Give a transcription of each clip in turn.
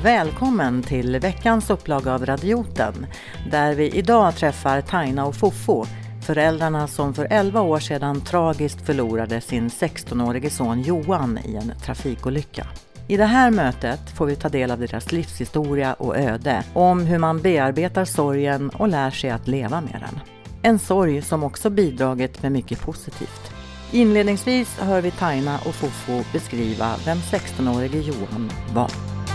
Välkommen till veckans upplaga av Radioten, där vi idag träffar Taina och Fofo, föräldrarna som för 11 år sedan tragiskt förlorade sin 16-årige son Johan i en trafikolycka. I det här mötet får vi ta del av deras livshistoria och öde, om hur man bearbetar sorgen och lär sig att leva med den. En sorg som också bidragit med mycket positivt. Inledningsvis hör vi Taina och Fofo beskriva vem 16-årige Johan var.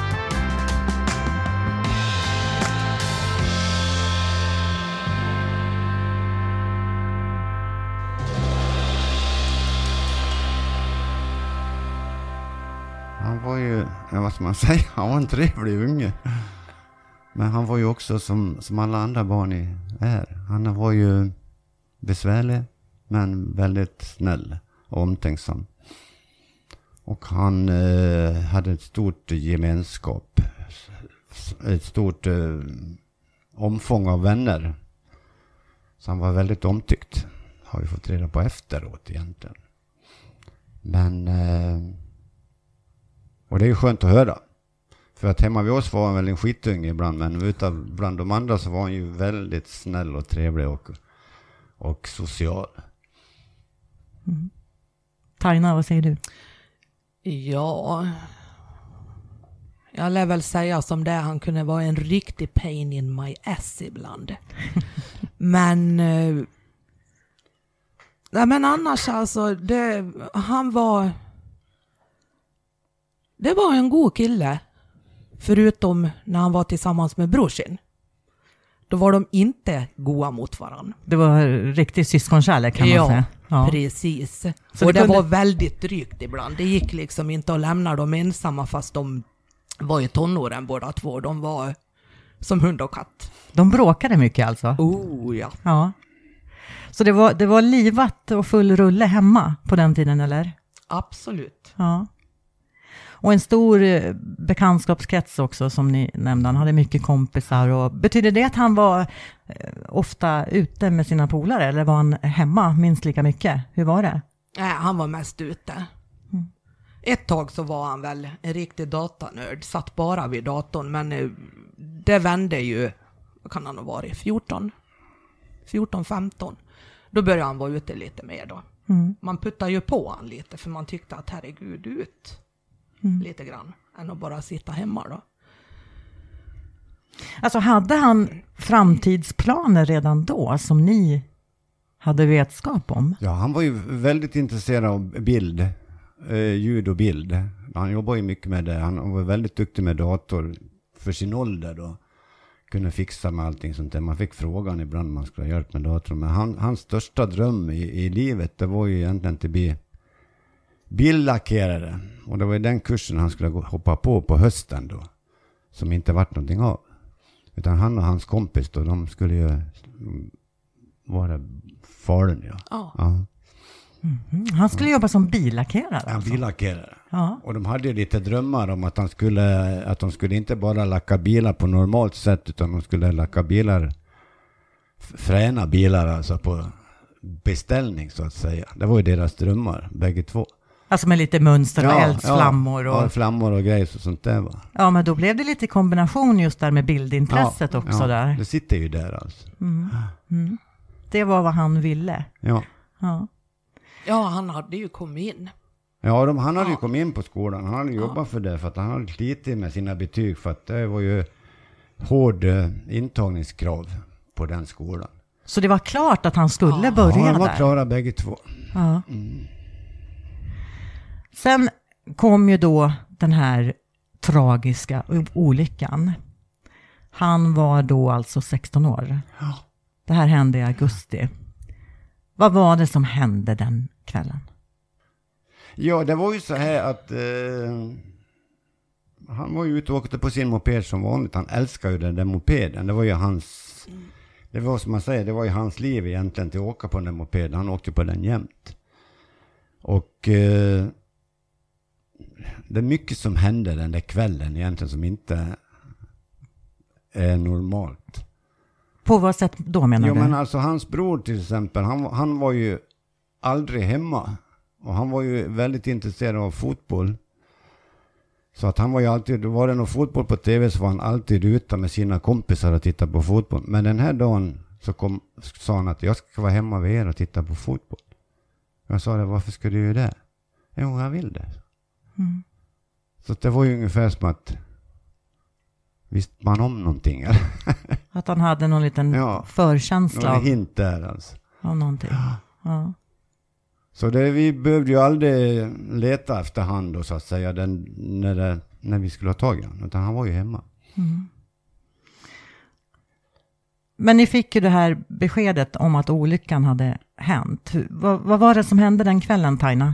Han var ju, vad ska man säga, han var en trevlig unge. Men han var ju också som alla andra barn är. Han var ju besvärlig, men väldigt snäll och omtänksam. Och han hade ett stort gemenskap, ett stort omfång av vänner. Så han var väldigt omtyckt, har vi fått reda på efteråt egentligen. Men... Och det är ju skönt att höra. För att hemma vid oss var han väl en skitunge ibland. Men bland de andra så var han ju väldigt snäll och trevlig och social. Mm. Taina, vad säger du? Ja, jag lär väl säga som det. Han kunde vara en riktig pain in my ass ibland. Men... Nej, men annars alltså, det var en god kille, förutom när han var tillsammans med brorsin. Då var de inte goda mot varandra. Det var riktigt syskonkärlek kan man säga. Ja, precis. Så och det var väldigt drygt ibland. Det gick liksom inte att lämna dem ensamma fast de var i tonåren båda två. De var som hund och katt. De bråkade mycket alltså? Oh ja. Ja. Så det var livat och full rulle hemma på den tiden, eller? Absolut. Ja. Och en stor bekantskapskrets också som ni nämnde. Han hade mycket kompisar. Och betyder det att han var ofta ute med sina polare? Eller var han hemma minst lika mycket? Hur var det? Nej, han var mest ute. Mm. Ett tag så var han väl en riktig datanörd. Satt bara vid datorn. Men det vände ju, vad kan han ha varit, 14-15. Då började han vara ute lite mer då. Mm. Man puttade ju på han lite för man tyckte att herregud ut. Lite grann, än att bara sitta hemma då. Alltså hade han framtidsplaner redan då som ni hade vetskap om? Ja, han var ju väldigt intresserad av bild, ljud och bild. Han jobbade ju mycket med det. Han var väldigt duktig med dator för sin ålder då. Kunde fixa med allting sånt där. Man fick frågan ibland om man skulle ha hjälp med datorn. Men hans största dröm i livet, det var ju egentligen att bli billackerare. Och det var ju den kursen han skulle hoppa på hösten då. Som inte varit någonting av. Utan han och hans kompis då, de skulle ju vara faren. Ja. Mm-hmm. Han skulle jobba som billackerare. Ja, alltså. Billackerare. Ja. Och de hade ju lite drömmar om att de skulle inte bara lacka bilar på normalt sätt. Utan de skulle lacka bilar, fräna bilar alltså på beställning så att säga. Det var ju deras drömmar, bägge två. Alltså med lite mönster och eldsflammor. Ja, flammor och grejer och sånt där va. Ja, men då blev det lite kombination just där med bildintresset också där. Det sitter ju där alltså. Mm. Det var vad han ville. Ja. Ja, han hade ju kommit in. Ja, han hade ju kommit in på skolan. Han hade jobbat för det för att han hade slitit med sina betyg för att det var ju hård intagningskrav på den skolan. Så det var klart att han skulle börja där? Ja, han var klara bägge två. Ja. Sen kom ju då den här tragiska olyckan. Han var då alltså 16 år. Ja. Det här hände i augusti. Vad var det som hände den kvällen? Ja, det var ju så här att han var ju ute och åkte på sin moped som vanligt. Han älskar ju den där mopeden. Det var ju det var som man säger, det var ju hans liv egentligen till att åka på den där mopeden. Han åkte på den jämt. Och det är mycket som hände den där kvällen egentligen som inte är normalt. På vad sätt då menar du? Jo, men alltså hans bror till exempel, han var ju aldrig hemma. Och han var ju väldigt intresserad av fotboll. Så att han var ju alltid, då var det någon fotboll på tv så var han alltid ute med sina kompisar och titta på fotboll. Men den här dagen så sa han att jag ska vara hemma vid er och titta på fotboll. Jag sa det, varför ska du göra det? Jo, jag vill det. Mm. Så det var ju ungefär som att visste man om någonting. Att han hade någon liten förkänsla. Någon hint där alltså. Av någonting. Ja. Så vi behövde ju aldrig leta efter han då, så att säga, när vi skulle ha tag i honom. Utan han var ju hemma. Mm. Men ni fick ju det här beskedet om att olyckan hade hänt. Vad var det som hände den kvällen, Taina?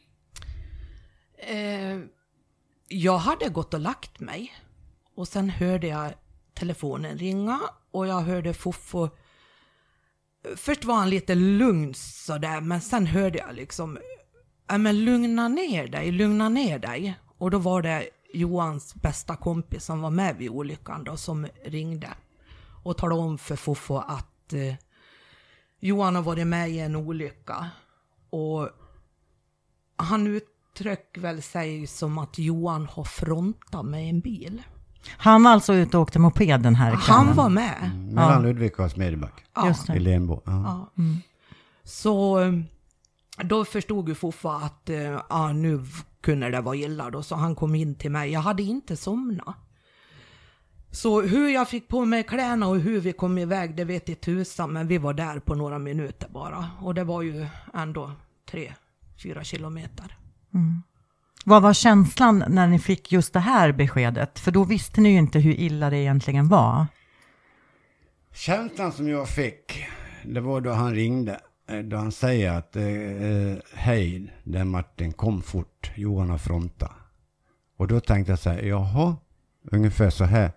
Jag hade gått och lagt mig. Och sen hörde jag telefonen ringa. Och jag hörde Fofo. Först var han lite lugn sådär. Men sen hörde jag liksom. Men lugna ner dig. Och då var det Johans bästa kompis som var med vid olyckan då, som ringde. Och talade om för Fofo att Johan har varit med i en olycka. Och han uttryckte väl sig som att Johan har frontat med en bil. Han var alltså ute och åkte moped den här kvällen? Han var med. Mellan Ludvika och Smedjeback. Just det. I Lenbo. Ja. Mm. Så då förstod ju Fofo att nu kunde det vara illa då. Så han kom in till mig. Jag hade inte somnat. Så hur jag fick på mig kläderna och hur vi kom iväg, det vet jag tusan. Men vi var där på några minuter bara. Och det var ju ändå 3-4 kilometer. Mm. Vad var känslan när ni fick just det här beskedet? För då visste ni ju inte hur illa det egentligen var. Känslan som jag fick, det var då han ringde. Då han säger att hej, det är Martin, kom fort. Johan har frontat. Och då tänkte jag så här, jaha, ungefär så här.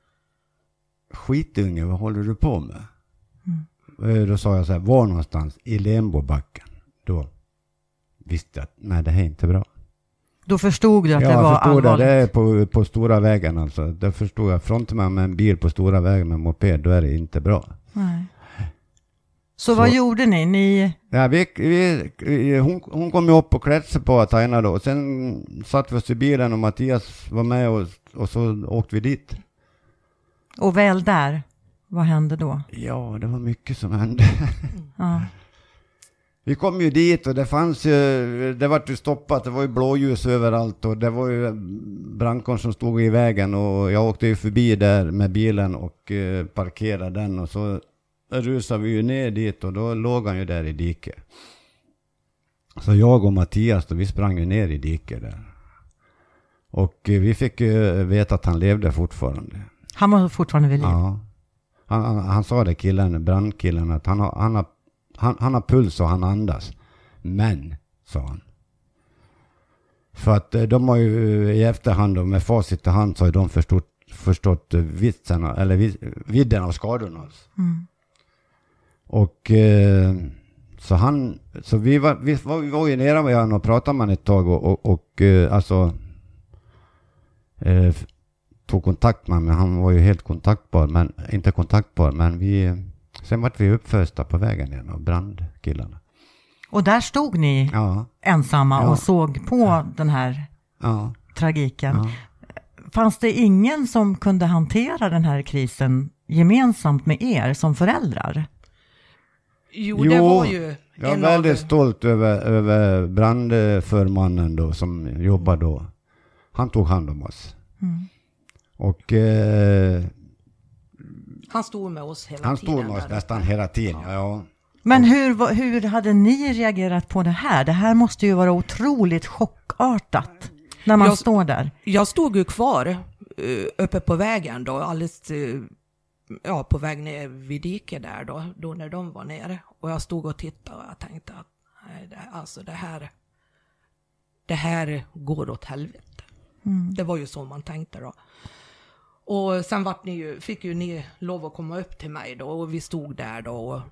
Skitunge, vad håller du på med? Mm. Då sa jag så här, var någonstans? I Lenbobacken. Då visste jag att nej, det här är inte bra. Då förstod du att det var allvarligt? Det är på stora vägen alltså. Då förstod jag, frontar man med en bil på stora vägen med moped, då är det inte bra. Nej. Så vad gjorde ni? Ja, hon kom ju upp och klädde sig på Taina då. Och sen satt vi oss i bilen och Mattias var med och så åkte vi dit. Och väl där, vad hände då? Ja, det var mycket som hände. Ja. Vi kom ju dit och det fanns ju, det var ju stoppat, det var ju blåljus överallt och det var ju brandkåren som stod i vägen och jag åkte ju förbi där med bilen och parkerade den och så rusade vi ju ner dit och då låg han ju där i diket. Så jag och Mattias då, vi sprang ju ner i diket där. Och vi fick ju veta att han levde fortfarande. Han var fortfarande vid liv? Ja. Han sa det, brandkillen, att han har puls och han andas. Men, sa han. För att de har ju i efterhand och med facit i hand så har de förstått vidden av skadorna. Mm. Och så vi var ju nere med honom och pratade med ett tag och tog kontakt med honom, men han var ju helt inte kontaktbar, men sen var vi uppfösta på vägen igen av brandkillarna. Och där stod ni ensamma och såg på den här tragiken. Ja. Fanns det ingen som kunde hantera den här krisen gemensamt med er som föräldrar? Jo, det var ju... Jag är väldigt stolt över brandförmannen då, som jobbar då. Han tog hand om oss. Mm. Och... han stod med oss hela tiden. Han stod med oss nästan hela tiden, ja. Men hur hade ni reagerat på det här? Det här måste ju vara otroligt chockartat när man står där. Jag stod ju kvar uppe på vägen då, alldeles på väg ner vid diket där då när de var nere. Och jag stod och tittade och jag tänkte att nej, det här går åt helvete. Mm. Det var ju så man tänkte då. Och sen fick ju ni lov att komma upp till mig då och vi stod där då. Och,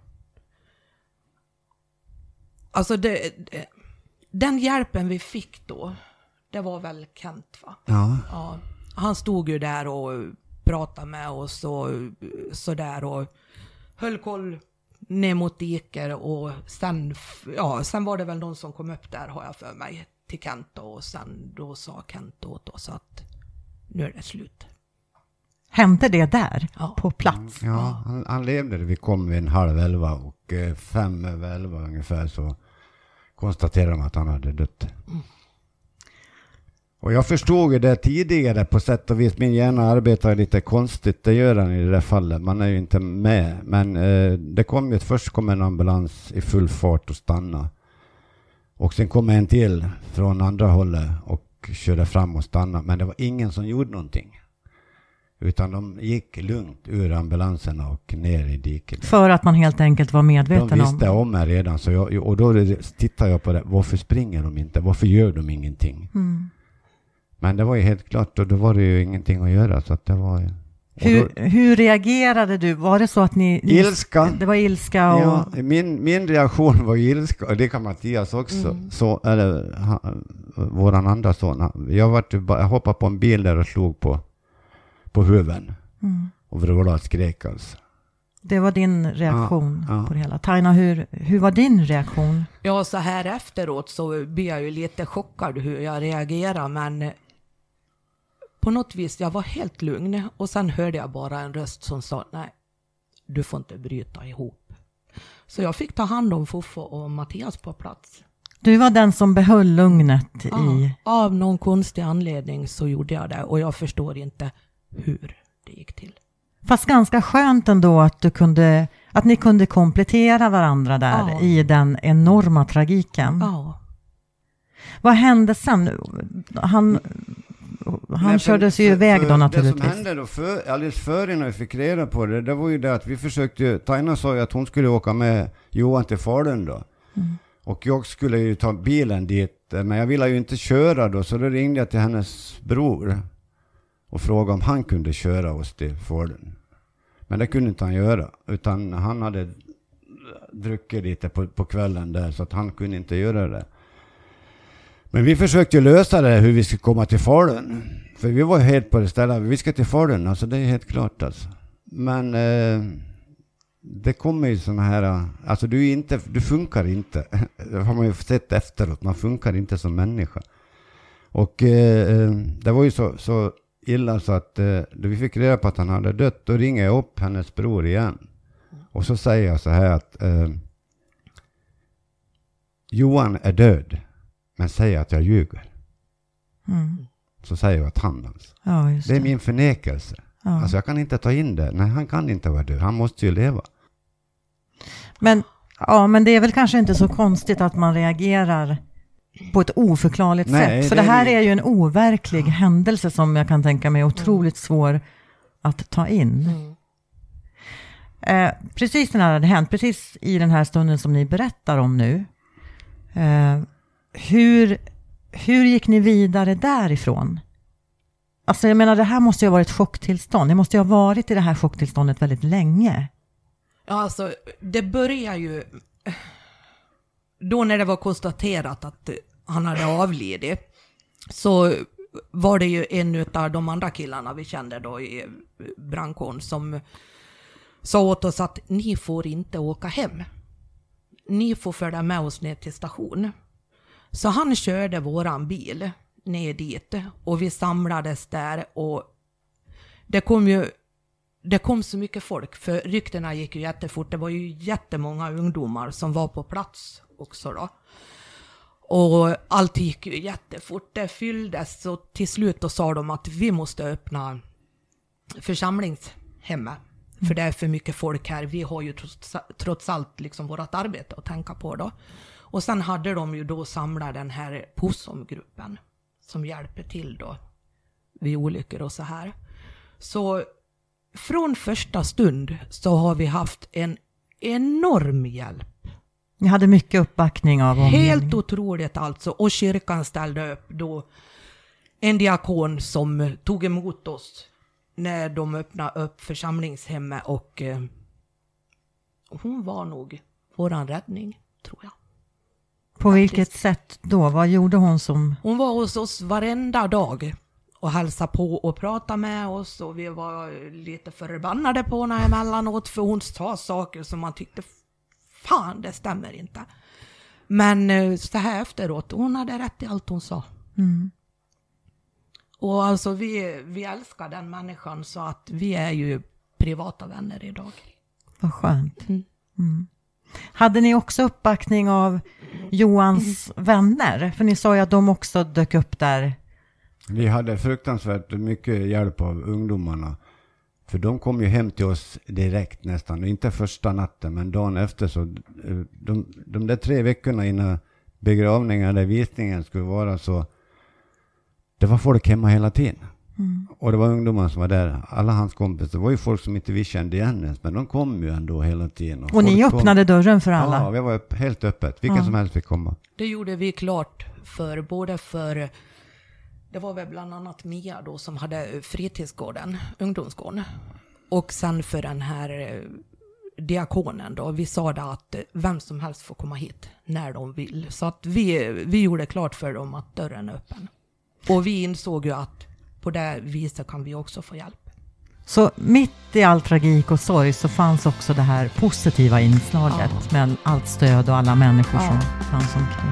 alltså den hjälpen vi fick då, det var väl Kent, va? Ja. Han stod ju där och pratade med oss och så där och höll koll ner mot diker och sen var det väl någon som kom upp där, har jag för mig, till Kent och sen då sa Kent åt oss att nu är det slut. Hände det där Ja. på plats? Ja, han levde. Vi kom vid 10:30 och 11:05 ungefär så konstaterade de att han hade dött. Och jag förstod ju det tidigare på sätt och vis. Min hjärna arbetar lite konstigt. Det gör den i det där fallet. Man är ju inte med. Men det kom ju först kom en ambulans i full fart och stanna. Och sen kom en till från andra hållet och körde fram och stanna. Men det var ingen som gjorde någonting. Utan de gick lugnt ur ambulanserna och ner i diket. För att man helt enkelt var medveten om. De visste om det redan. Så och då tittade jag på det. Varför springer de inte? Varför gör de ingenting? Mm. Men det var ju helt klart. Och då var det ju ingenting att göra. Så att det var ju... Hur reagerade du? Var det så att ni... Ilska. Det var ilska och... Ja, min reaktion var ilska. Och det kan Mattias också. Så, eller våran andra son. Jag hoppade på en bil där och slog på huven. Och vrålade och skrek alltså. Det var din reaktion Ja. på det hela. Taina, hur var din reaktion? Ja, så här efteråt så blir jag ju lite chockad hur jag reagerar, men på något vis, jag var helt lugn och sen hörde jag bara en röst som sa nej, du får inte bryta ihop. Så jag fick ta hand om Fofo och Mattias på plats. Du var den som behöll lugnet i... Av någon konstig anledning så gjorde jag det och jag förstår inte hur det gick till. Fast ganska skönt ändå att ni kunde komplettera varandra där i den enorma tragiken. Ja. Vad hände sen? Han kördes ju iväg då naturligtvis. Det som hände då alldeles före när vi fick reda på det var ju det att vi försökte, Taina sa ju att hon skulle åka med Johan till Falun då. Och jag skulle ju ta bilen dit, men jag ville ju inte köra då, så då ringde jag till hennes bror och frågade om han kunde köra oss till Falun. Men det kunde inte han göra, utan han hade druckit lite på kvällen där, så att han kunde inte göra det. Men vi försökte ju lösa det, hur vi skulle komma till Falun. För vi var helt på det stället, vi ska till Falun, alltså det är helt klart alltså. Men det kommer ju såna här, alltså du funkar inte. Det har man ju sett efteråt, man funkar inte som människa. Och det var ju så illa så att då vi fick reda på att han hade dött, då ringer jag upp hennes bror igen. Och så säger jag så här att Johan är död, men säger att jag ljuger. Så säger jag att han alltså. Ja, just det är min förnekelse. Ja. Alltså jag kan inte ta in det. Nej, han kan inte vara död. Han måste ju leva. Men det är väl kanske inte så konstigt att man reagerar på ett oförklarligt sätt. För det här är ju en overklig händelse som jag kan tänka mig är otroligt svår att ta in. Precis när det hade hänt, precis i den här stunden som ni berättar om nu. Hur gick ni vidare därifrån? Alltså jag menar, det här måste ju ha varit chocktillstånd. Ni måste ju ha varit i det här chocktillståndet väldigt länge. Ja, alltså det börjar ju då när det var konstaterat att han hade avlidit, så var det ju en av de andra killarna vi kände då i brandkåren som sa åt oss att ni får inte åka hem. Ni får följa med oss ner till station. Så han körde våran bil ner dit och vi samlades där och det kom så mycket folk, för ryktena gick ju jättefort. Det var ju jättemånga ungdomar som var på plats också då. Och allt gick ju jättefort. Det fylldes och till slut då sa de att vi måste öppna församlingshemmet. För det är för mycket folk här. Vi har ju trots allt liksom vårt arbete att tänka på då. Och sen hade de ju då samlat den här POSOM-gruppen som hjälper till då vid olyckor och så här. Så från första stund så har vi haft en enorm hjälp. Ni hade mycket uppbackning av omgivningen. Helt otroligt alltså. Och kyrkan ställde upp då en diakon som tog emot oss när de öppnade upp församlingshemmet, och hon var nog våran räddning, tror jag. På vilket sätt då? Vad gjorde hon som... Hon var hos oss varenda dag och hälsade på och pratade med oss, och vi var lite förbannade på henne emellanåt för hon sa saker som man tyckte fan, det stämmer inte. Men så här efteråt, hon hade rätt i allt hon sa. Och alltså vi älskar den människan så att vi är ju privata vänner idag. Vad skönt. Hade ni också uppbackning av Johans vänner? För ni sa ju att de också dök upp där. Vi hade fruktansvärt mycket hjälp av ungdomarna. För de kom ju hem till oss direkt nästan. Inte första natten, men dagen efter. Så de där 3 veckorna innan begravningen eller visningen skulle vara så. Det var folk hemma hela tiden. Och det var ungdomar som var där. Alla hans kompisar. Det var ju folk som inte vi kände igen ens. Men de kom ju ändå hela tiden. Och ni öppnade dörren för alla? Ja, vi var helt öppet. Vilka som helst fick komma. Det gjorde vi klart både för... Det var väl bland annat Mia då som hade fritidsgården, ungdomsgården. Och sen för den här diakonen då. Vi sa det att vem som helst får komma hit när de vill. Så att vi gjorde klart för dem att dörren är öppen. Och vi insåg ju att på det viset kan vi också få hjälp. Så mitt i all tragik och sorg så fanns också det här positiva inslaget med allt stöd och alla människor som fanns omkring.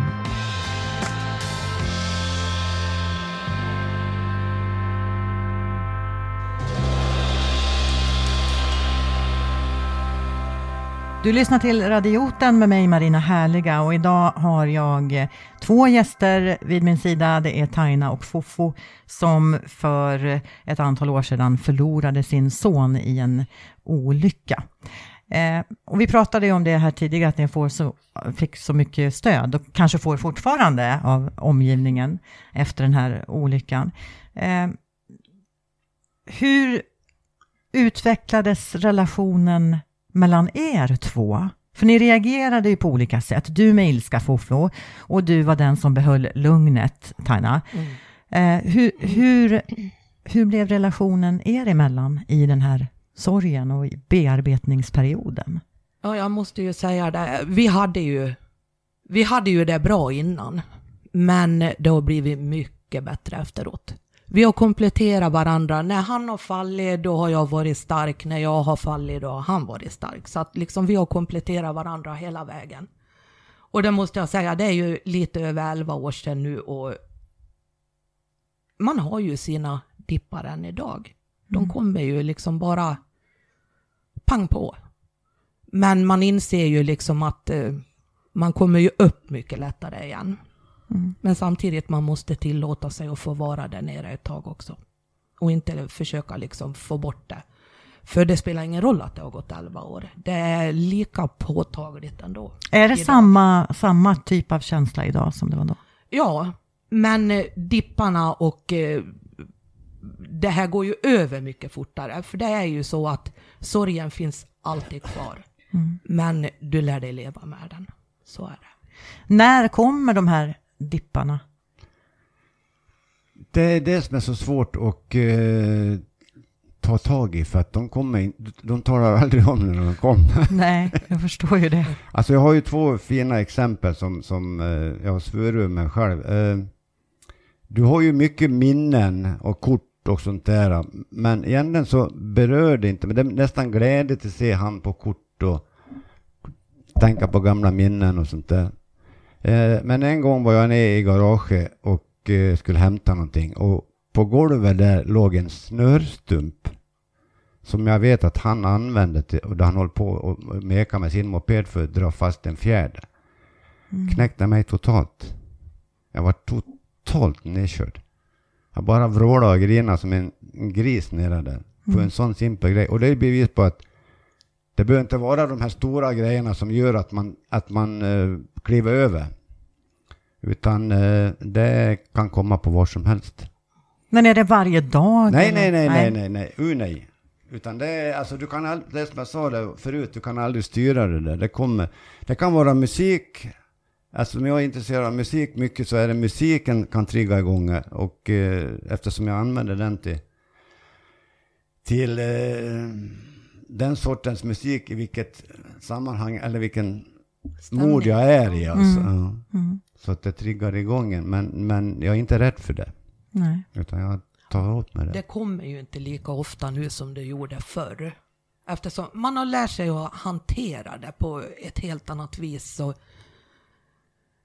Du lyssnar till Radioten med mig Marina Härliga och idag har jag 2 gäster vid min sida. Det är Taina och Fofo som för ett antal år sedan förlorade sin son i en olycka. Och vi pratade ju om det här tidigare att ni fick så mycket stöd och kanske får fortfarande av omgivningen efter den här olyckan. Hur utvecklades relationen mellan er 2? För ni reagerade ju på olika sätt. Du med ilska, Fofo, och du var den som behöll lugnet, Taina. Hur blev relationen er emellan i den här sorgen och i bearbetningsperioden? Ja, jag måste ju säga det. Vi hade ju det bra innan. Men det har blivit mycket bättre efteråt. Vi har kompletterat varandra. När han har fallit, då har jag varit stark. När jag har fallit, då har han varit stark. Så att liksom vi har kompletterat varandra hela vägen. Och det måste jag säga, det är ju lite över 11 år sedan nu. Och man har ju sina dippar än idag. De kommer ju liksom bara pang på. Men man inser ju liksom att man kommer ju upp mycket lättare igen. Men samtidigt man måste tillåta sig att få vara där nere ett tag också. Och inte försöka liksom få bort det. För det spelar ingen roll att det har gått 11 år. Det är lika påtagligt ändå. Är det samma typ av känsla idag som det var då? Ja, men dipparna och det här går ju över mycket fortare. För det är ju så att sorgen finns alltid kvar. Men du lär dig leva med den. Så är det. När kommer de här dipparna? Det är det som är så svårt att ta tag i, för att de talar aldrig om när de kommer. Nej, jag förstår ju det. Alltså jag har ju 2 fina exempel som jag har svurit mig själv. Du har ju mycket minnen och kort och sånt där, men egentligen så berör det inte, men det är nästan glädje att se han på kort och tänka på gamla minnen och sånt där. Men en gång var jag nere i garaget och skulle hämta någonting. Och på golvet där låg en snörstump. Som jag vet att han använde till, och han höll på och meka med sin moped för att dra fast en fjäder. Knäckte mig totalt. Jag var totalt nedkörd. Jag bara vrålade och grinade som en gris nere där. På en sån simpel grej. Och det är bevis på att det behöver inte vara de här stora grejerna som gör att man kliver över. Utan det kan komma på var som helst. Men är det varje dag? Nej. Utan det är, alltså du kan det som jag sa det förut, du kan aldrig styra det där. Det kan vara musik. Alltså om jag är intresserad av musik mycket, så är det musiken kan trigga igång. Och eftersom jag använder den till den sortens musik i vilket sammanhang eller vilken mod jag är i. Alltså. Så att det triggar igång en. Men jag är inte rädd för det. Nej. Utan jag tar åt med det. Det kommer ju inte lika ofta nu som det gjorde förr. Eftersom man har lärt sig att hantera det på ett helt annat vis. Så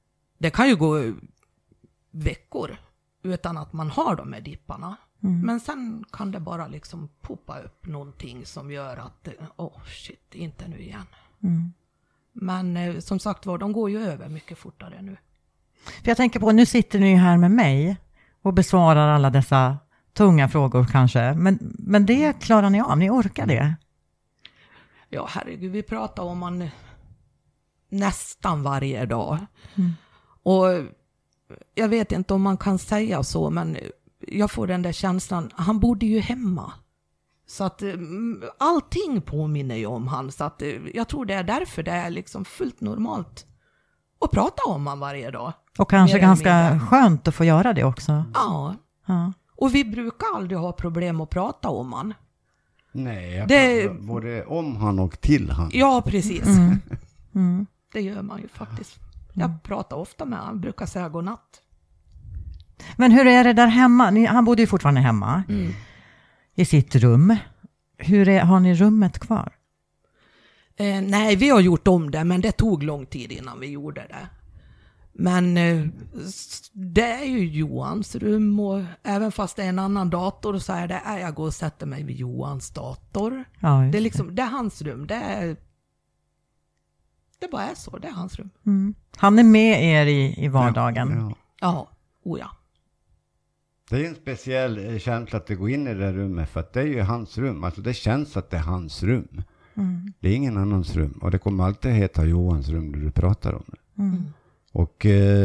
det kan ju gå veckor utan att man har de här dipparna. Men sen kan det bara liksom poppa upp någonting som gör att shit, inte nu igen. Men som sagt var, de går ju över mycket fortare nu. För jag tänker på, nu sitter ni här med mig och besvarar alla dessa tunga frågor kanske. Men det klarar ni av, ni orkar det? Ja, herregud, vi pratar om man nästan varje dag. Och jag vet inte om man kan säga så, men jag får den där känslan, han bodde ju hemma. Så att allting påminner ju om han. Så att jag tror det är därför det är liksom fullt normalt att prata om han varje dag. Och kanske ganska skönt att få göra det också. Ja. Och vi brukar aldrig ha problem att prata om han. Nej, det... både om han och till han. Ja, precis. Det gör man ju faktiskt. Jag pratar ofta med han, brukar säga godnatt. Men hur är det där hemma? Han bodde ju fortfarande hemma i sitt rum. Har ni rummet kvar? Nej, vi har gjort om det, men det tog lång tid innan vi gjorde det. Men det är ju Johans rum, och även fast det är en annan dator så är det, jag går och sätter mig vid Johans dator. Ja, det är liksom, det är hans rum, det bara är så, det är hans rum. Han är med er i vardagen. Ja. Det är en speciell känsla att det går in i det rummet, för att det är ju hans rum. Alltså det känns att det är hans rum. Det är ingen annans rum. Och det kommer alltid heta Johans rum när du pratar om det. Och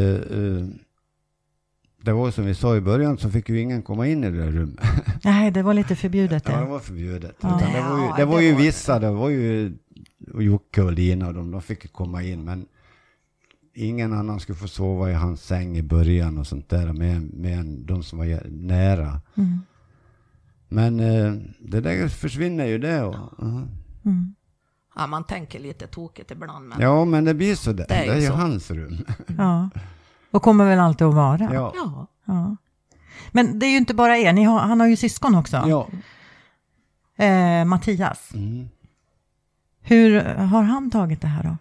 det var som vi sa i början, så fick ju ingen komma in i det där rummet. Nej, det var lite förbjudet. Ja, det var förbjudet. Ja. Utan det var ju vissa, det var ju Jocke och Lina och de fick komma in, men ingen annan skulle få sova i hans säng i början och sånt där med de som var nära. Men det där försvinner ju det. Ja, man tänker lite tokigt ibland. Men... Ja, men det blir så där. Det är ju så. hans rum. Ja, och kommer väl alltid att vara. Ja. Men det är ju inte bara er, han har ju syskon också. Ja. Mattias. Hur har han tagit det här då?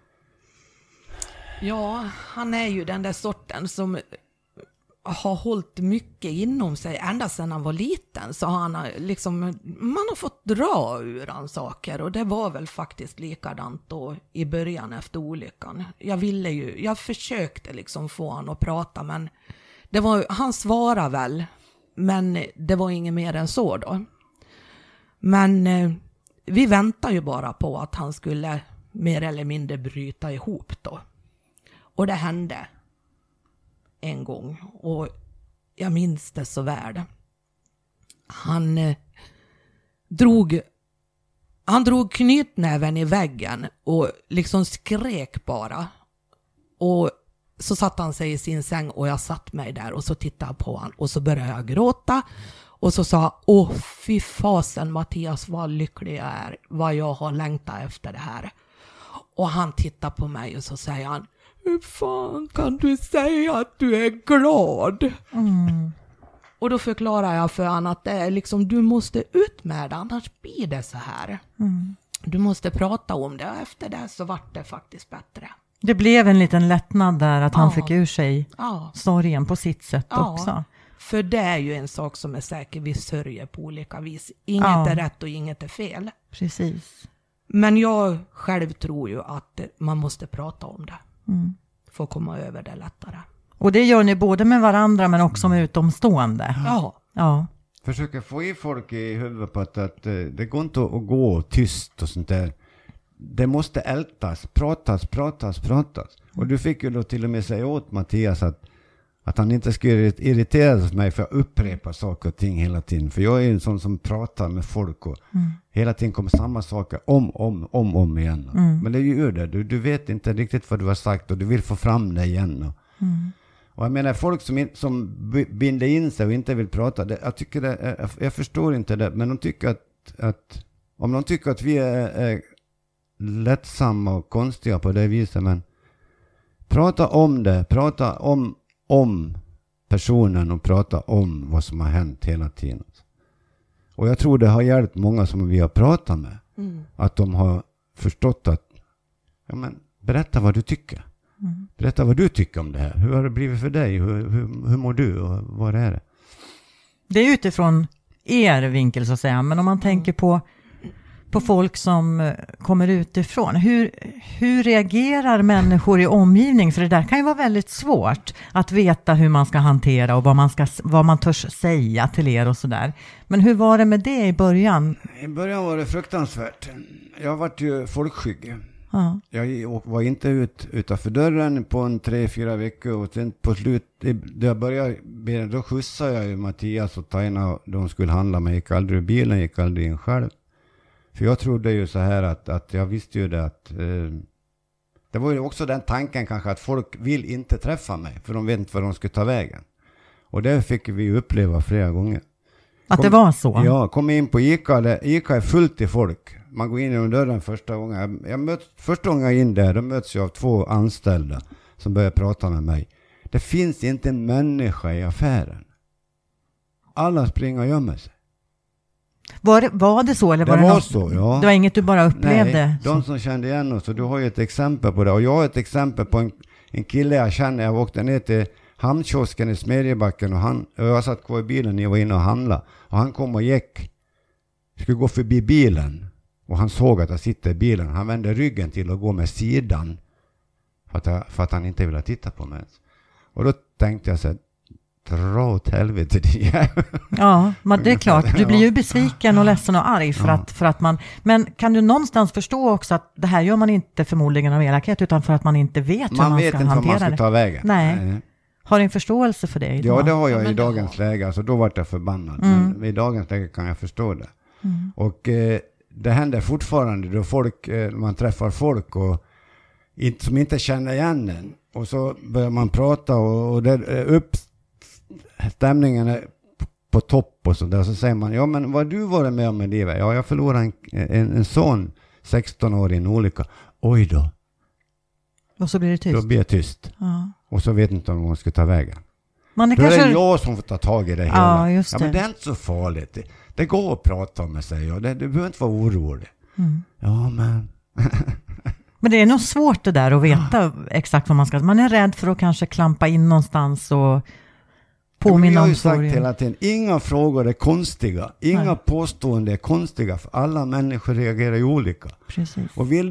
Ja, han är ju den där sorten som har hållit mycket inom sig ända sedan han var liten. Så han har liksom, man har fått dra ur han saker, och det var väl faktiskt likadant då i början efter olyckan. Jag försökte liksom få han att prata, men han svarade väl, men det var inget mer än så då. Men vi väntar ju bara på att han skulle mer eller mindre bryta ihop då. Och det hände en gång, och jag minns det så väl. Han drog knytnäven i väggen och liksom skrek bara. Och så satt han sig i sin säng, och jag satt mig där och så tittade jag på han, och så började jag gråta. Och så sa, fy fasen Mattias, vad lycklig jag är, vad jag har längtat efter det här. Och han tittar på mig och så säger han, hur fan kan du säga att du är glad? Och då förklarar jag för han att det är liksom, du måste ut med det, annars blir det så här. Du måste prata om det, och efter det så vart det faktiskt bättre. Det blev en liten lättnad där, att han fick ur sig sorgen på sitt sätt också. För det är ju en sak som är säker, vi sörjer på olika vis. Inget är rätt och inget är fel. Precis. Men jag själv tror ju att man måste prata om det. För att komma över det lättare. Och det gör ni både med varandra men också med utomstående. Ja. Försöker få i folk i huvudet på att det går inte att gå tyst och sånt där. Det måste ältas, pratas. Och du fick ju då till och med säga åt Mattias att han inte skulle irritera mig för att upprepa saker och ting hela tiden. För jag är en sån som pratar med folk och hela tiden kommer samma saker om igen. Men det är ju det. Du vet inte riktigt vad du har sagt och du vill få fram det igen. Och jag menar, folk som binder in sig och inte vill prata, jag förstår inte det. Men de tycker att om de tycker att vi är lättsamma och konstiga på det viset, men prata om det, prata om personen och prata om vad som har hänt hela tiden. Och jag tror det har hjälpt många som vi har pratat med. Att de har förstått att berätta vad du tycker. Berätta vad du tycker om det här. Hur har det blivit för dig? Hur mår du och vad är det? Det är utifrån er vinkel så att säga. Men om man tänker på folk som kommer utifrån. Hur reagerar människor i omgivning? För det där kan ju vara väldigt svårt att veta hur man ska hantera och vad man törs säga till er och sådär. Men hur var det med det i början? I början var det fruktansvärt. Jag var ju folkskygg. Ja. Jag var inte utanför dörren på 3-4 veckor och sen på slut, då skjutsade jag ju Mattias och Taina, de skulle handla, men gick aldrig ur bilen, gick aldrig in själv. För jag trodde ju så här att jag visste ju det att det var ju också den tanken kanske att folk vill inte träffa mig för de vet inte var de ska ta vägen. Och det fick vi uppleva flera gånger. Att det var så? Ja, kom in på ICA. ICA är fullt i folk. Man går in genom dörren första gången. Första gången jag är in där, då möts jag av 2 anställda som börjar prata med mig. Det finns inte en människa i affären. Alla springer och gömmer sig. Var det så? Eller det var var något, så, ja. Det var inget du bara upplevde? Nej, de som kände igen oss. Och du har ju ett exempel på det. Och jag har ett exempel på en kille jag känner. Jag åkte ner till hamnkiosken i Smedjebacken och jag satt kvar i bilen när jag var inne och handlade. Och han kom och gick. Skulle gå förbi bilen. Och han såg att jag sitter i bilen. Han vände ryggen till och går med sidan. För att han inte ville titta på mig. Och då tänkte jag så här, dra åt helvete din jävel. Ja, men det är klart. Du blir ju besviken och ledsen och arg för att man... Men kan du någonstans förstå också att det här gör man inte förmodligen av elakhet utan för att man inte vet hur man ska hantera det? Man vet inte vad man ska ta vägen. Nej. Har du en förståelse för det idag? Ja, det har jag i dagens läge. Alltså, då var jag förbannad. Men i dagens läge kan jag förstå det. Och det händer fortfarande då man träffar folk och som inte känner igen en. Och så börjar man prata och stämningen är på topp och så där. Så säger man, ja men vad du varit med om i livet? Ja, jag förlorade en son 16 år i en olycka. Oj då. Och så blir det tyst. Då blir det tyst. Ja. Och så vet inte om man ska ta vägen. Men då är det jag som får ta tag i det hela. Ja, just det. Ja, men det är inte så farligt. Det går att prata med sig. Och du behöver inte vara orolig. Ja, men... Men det är nog svårt det där att veta exakt vad man ska... Man är rädd för att kanske klampa in någonstans och påminna om sorgen. Jag har ju sagt hela tiden, inga frågor är konstiga. Inga påståenden är konstiga. För alla människor reagerar ju olika. Precis. Och vill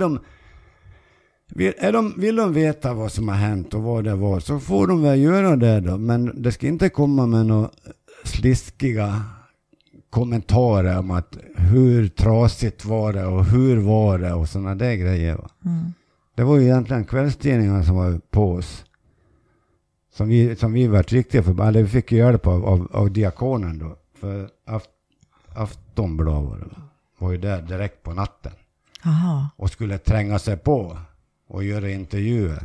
de veta vad som har hänt och vad det var, så får de väl göra det då. Men det ska inte komma med några sliskiga kommentarer om att hur trasigt var det och hur var det och sådana där grejer. Det var ju egentligen kvällstidningarna som var på oss. Som vi var riktiga förbannade. Vi fick ju hjälp av diakonen då. För Aftonbladet var ju där direkt på natten. Aha. Och skulle tränga sig på och göra intervjuer.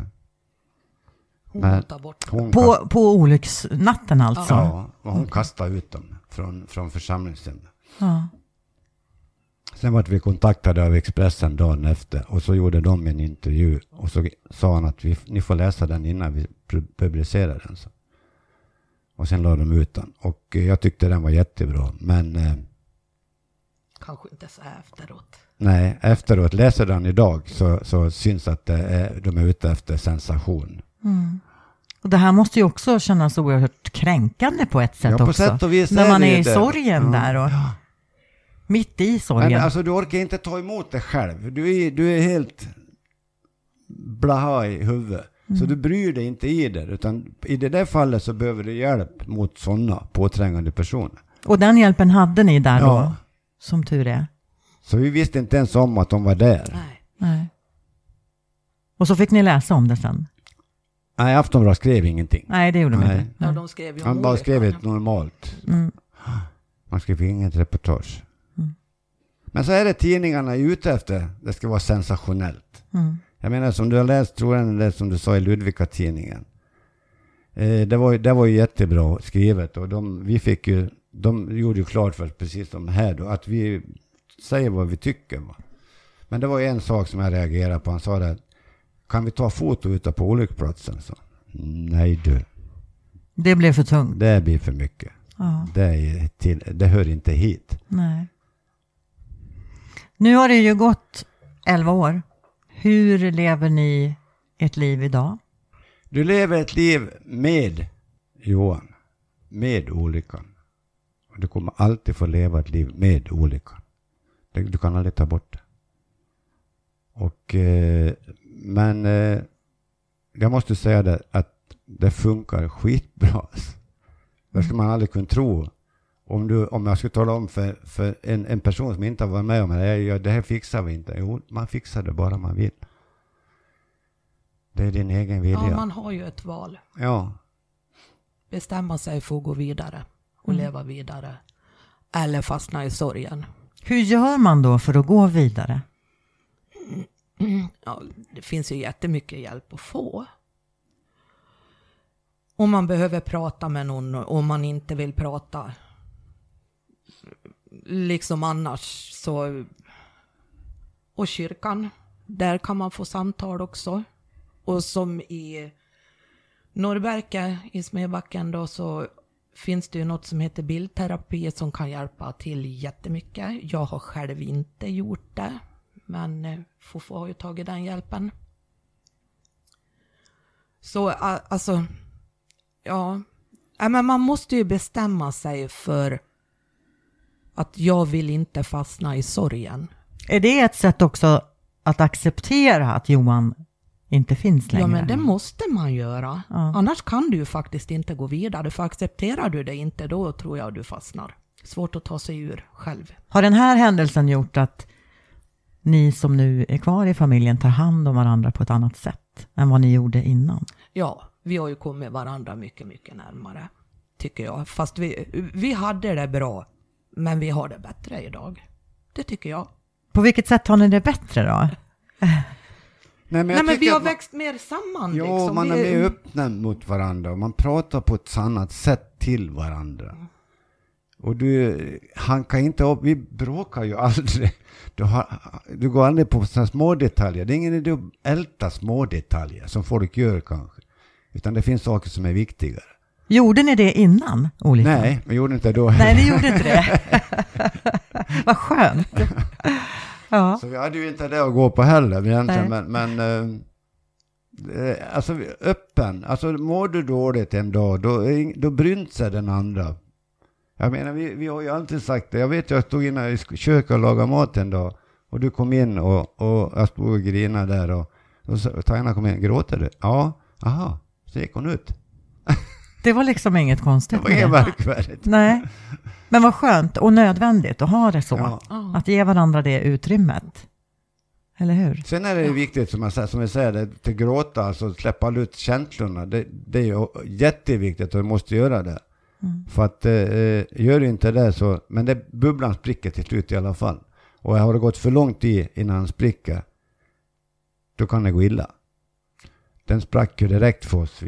På olycksnatten alltså? Ja, och hon kastade ut dem från församlingshemmet. Ja. Sen var vi kontaktade av Expressen dagen efter och så gjorde de en intervju och så sa han att ni får läsa den innan vi publicerar den. Så. Och sen la de ut den och jag tyckte den var jättebra, men kanske inte så här efteråt. Nej, efteråt läser den idag så syns att de är ute efter sensation. Och det här måste ju också kännas oerhört kränkande på ett sätt på också. Sätt och vis när man är i det. sorgen där och mitt i sorgen. Men alltså du orkar inte ta emot det själv. Du är helt blaha i huvudet. Så du bryr dig inte i det. Utan i det där fallet så behöver du hjälp mot sådana påträngande personer. Och den hjälpen hade ni där då? Som tur är. Så vi visste inte ens om att de var där. Nej. Och så fick ni läsa om det sen? Nej, Aftonbladet skrev ingenting. Nej, det gjorde de inte. Ja, de skrev ju Han bara skrev ett normalt. Man skrev inget reportage. Men så är det tidningarna är ute efter. Det ska vara sensationellt. Jag menar som du har läst, tror jag det som du sa i Ludvika-tidningen. Det var ju jättebra skrivet. Och de gjorde ju klart för precis som här då, att vi säger vad vi tycker. Va? Men det var en sak som jag reagerade på. Han sa det, kan vi ta foto ute på olycksplatsen? Så, nej du. Det blev för tungt. Det blir för mycket. Ja. Det hör inte hit. Nej. Nu har det ju gått 11 år. Hur lever ni ert liv idag? Du lever ett liv med Johan. Med olyckan. Och du kommer alltid få leva ett liv med olyckan. Du kan aldrig ta bort det. Och, men jag måste säga det att det funkar skitbra. Det ska man aldrig kunna tro. Om jag skulle tala om för en person som inte har varit med om det här fixar vi inte. Jo, man fixar det bara man vill. Det är din egen vilja. Ja, man har ju ett val. Ja. Bestämma sig för att gå vidare och leva vidare. Eller fastna i sorgen. Hur gör man då för att gå vidare? Ja, det finns ju jättemycket hjälp att få. Om man behöver prata med någon, om man inte vill prata. Liksom annars så. Och kyrkan, där kan man få samtal också. Och som i Norrberga i Smedbacken då, så finns det ju något som heter bildterapi som kan hjälpa till jättemycket. Jag har själv inte gjort det, men Fofo har ju tagit den hjälpen. Så alltså, ja, men man måste ju bestämma sig för att jag vill inte fastna i sorgen. Är det ett sätt också att acceptera att Johan inte finns längre? Ja, men det måste man göra. Ja. Annars kan du ju faktiskt inte gå vidare. För accepterar du det inte, då tror jag du fastnar. Svårt att ta sig ur själv. Har den här händelsen gjort att ni som nu är kvar i familjen tar hand om varandra på ett annat sätt än vad ni gjorde innan? Ja, vi har ju kommit varandra mycket, mycket närmare, tycker jag. Fast vi hade det bra, men vi har det bättre idag. Det tycker jag. På vilket sätt har ni det bättre då? Nej, men vi har växt mer samman. Ja, liksom. man är mer öppna mot varandra och man pratar på ett annat sätt till varandra. Och han kan inte vi bråkar ju aldrig. Du går aldrig på sådana små detaljer. Det är ingen idé att älta små detaljer som folk gör kanske. Utan det finns saker som är viktigare. Gjorde ni det innan olyckan? Nej, vi gjorde inte då. Nej, ni gjorde inte det. Vad skönt. Ja. Så vi hade ju inte det att gå på heller egentligen, men alltså öppen. Alltså mår du dåligt en dag, då brynt sig den andra. Jag menar, vi har ju alltid sagt det. Jag vet, jag stod inne i köket och lagade mat en dag och du kom in och jag stod och grinade där och Taina kom in. Gråter du? Ja, aha, så gick hon ut. Det var liksom inget konstigt. Det var inget märkvärdigt. Nej, men vad skönt och nödvändigt att ha det så. Ja. Att ge varandra det utrymmet. Eller hur? Sen är det viktigt, som jag säger, att gråta, alltså släppa ut känslorna. Det är ju jätteviktigt och du måste göra det. För att gör du inte det så, men bubblan spricker till slut i alla fall. Och har det gått för långt innan den spricker, då kan det gå illa. Den sprack ju direkt för oss.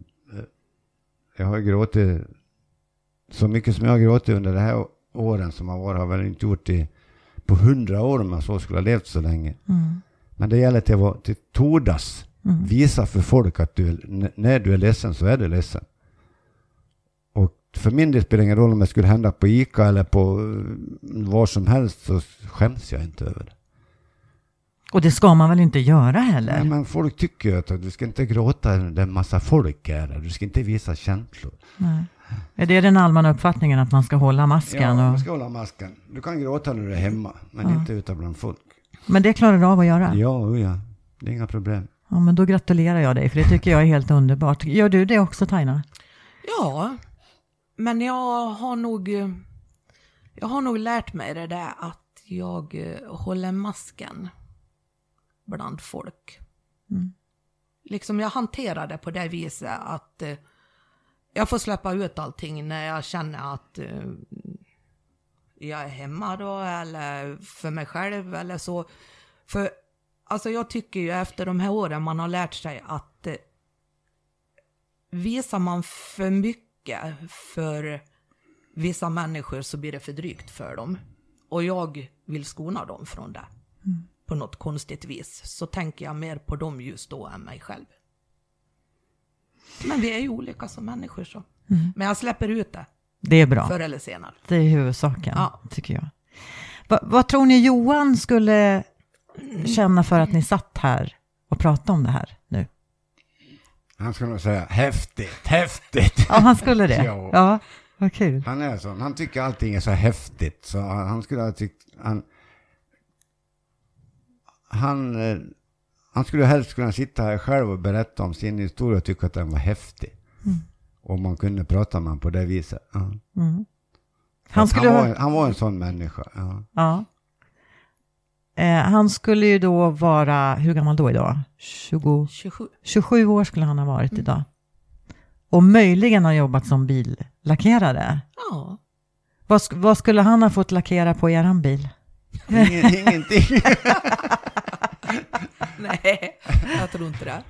Jag har ju gråtit så mycket som jag har gråtit under det här åren som har varit, har väl inte gjort det på 100 år om man så skulle ha levt så länge. Men det gäller till tordas. Visa för folk att när du är ledsen så är du ledsen. Och för min del spelar det ingen roll om det skulle hända på ICA eller på var som helst, så skäms jag inte över det. Och det ska man väl inte göra heller? Nej, men folk tycker ju att du ska inte gråta när en massa folk är där. Du ska inte visa känslor. Nej. Är det den allmänna uppfattningen att man ska hålla masken? Ja, man ska hålla masken. Du kan gråta när du är hemma, men inte ute bland folk. Men det klarar du av att göra? Ja. Det är inga problem. Ja, men då gratulerar jag dig, för det tycker jag är helt underbart. Gör du det också, Taina? Ja, men jag har nog lärt mig det där att jag håller masken bland folk. Liksom jag hanterar det på det viset att jag får släppa ut allting när jag känner att jag är hemma då, eller för mig själv eller så. För alltså jag tycker ju efter de här åren man har lärt sig att visar man för mycket för vissa människor så blir det för drygt för dem. Och jag vill skona dem från det. På något konstigt vis. Så tänker jag mer på dem just då än mig själv. Men vi är ju olika som människor så. Men jag släpper ut det. Det är bra. Förr eller senare. Det är huvudsaken, tycker jag. Vad tror ni Johan skulle känna för att ni satt här och pratade om det här nu? Han skulle nog säga häftigt. Ja, han skulle det. Ja. Ja, vad kul. Han är så. Han tycker allting är så häftigt. Så han skulle ha tyckt... Han skulle helst kunna sitta här själv och berätta om sin historia och tycka att den var häftig. Om man kunde prata med honom på det viset. Ja. Han var en sån människa. Ja. Ja. Han skulle ju då vara, hur gammal då idag? 27 år skulle han ha varit idag. Och möjligen ha jobbat som billackerare. Ja. Vad skulle han ha fått lackera på eran bil? Ingenting. Nej, jag tror inte det.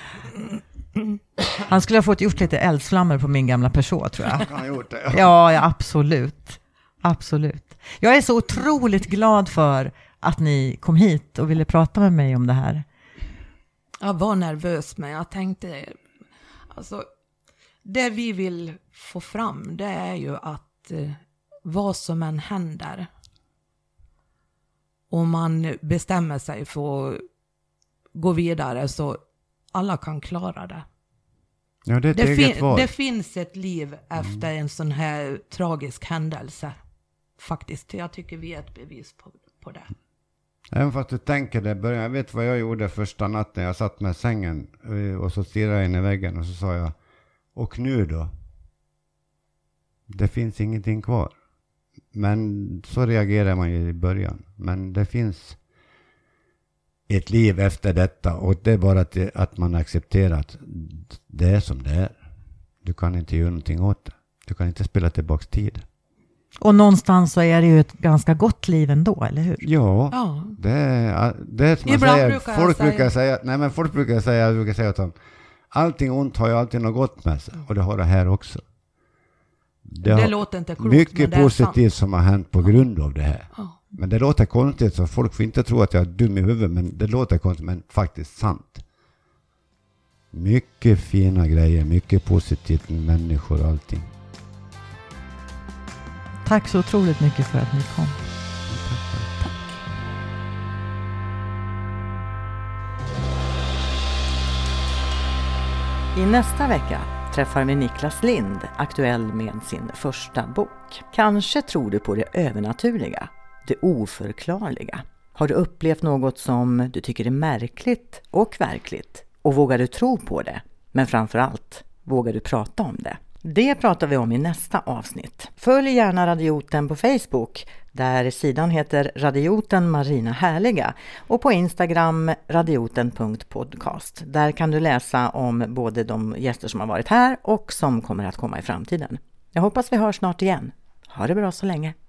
Han skulle ha fått gjort lite eldsflammor på min gamla Peugeot, tror jag. Han har gjort det. Ja, absolut. Absolut. Jag är så otroligt glad för att ni kom hit och ville prata med mig om det här. Jag var nervös, men jag tänkte, alltså, det vi vill få fram, det är ju att vad som än händer, om man bestämmer sig för att gå vidare, så alla kan klara det. Ja, det är ett eget val. Det finns ett liv efter en sån här tragisk händelse. Faktiskt, jag tycker vi är ett bevis på det. Även fast du tänker det, jag vet vad jag gjorde första natten. Jag satt med sängen och så stirrade jag in i väggen och så sa jag, och nu då? Det finns ingenting kvar. Men så reagerar man ju i början. Men det finns ett liv efter detta, och det är bara att man accepterar att det är som det är. Du kan inte göra någonting åt det. Du kan inte spela tillbaka tid. Och någonstans så är det ju ett ganska gott liv ändå, eller hur? Ja. Det är som man säger. Folk brukar säga att allting ont har ju alltid något gott med sig. Och det har det här också. Det låter inte klokt, mycket positivt som har hänt på grund av det här. Ja. Men det låter konstigt, så folk får inte tro att jag är dum i huvudet, men det låter konstigt, men faktiskt sant. Mycket fina grejer, mycket positivt med människor och allting. Tack så otroligt mycket för att ni kom. I nästa vecka träffar vi Niklas Lind, aktuell med sin första bok. Kanske tror du på det övernaturliga, det oförklarliga. Har du upplevt något som du tycker är märkligt och verkligt? Och vågar du tro på det? Men framförallt, vågar du prata om det? Det pratar vi om i nästa avsnitt. Följ gärna Radioten på Facebook, där sidan heter Radioten Marina Härliga, och på Instagram radioten.podcast. Där kan du läsa om både de gäster som har varit här och som kommer att komma i framtiden. Jag hoppas vi hörs snart igen. Ha det bra så länge.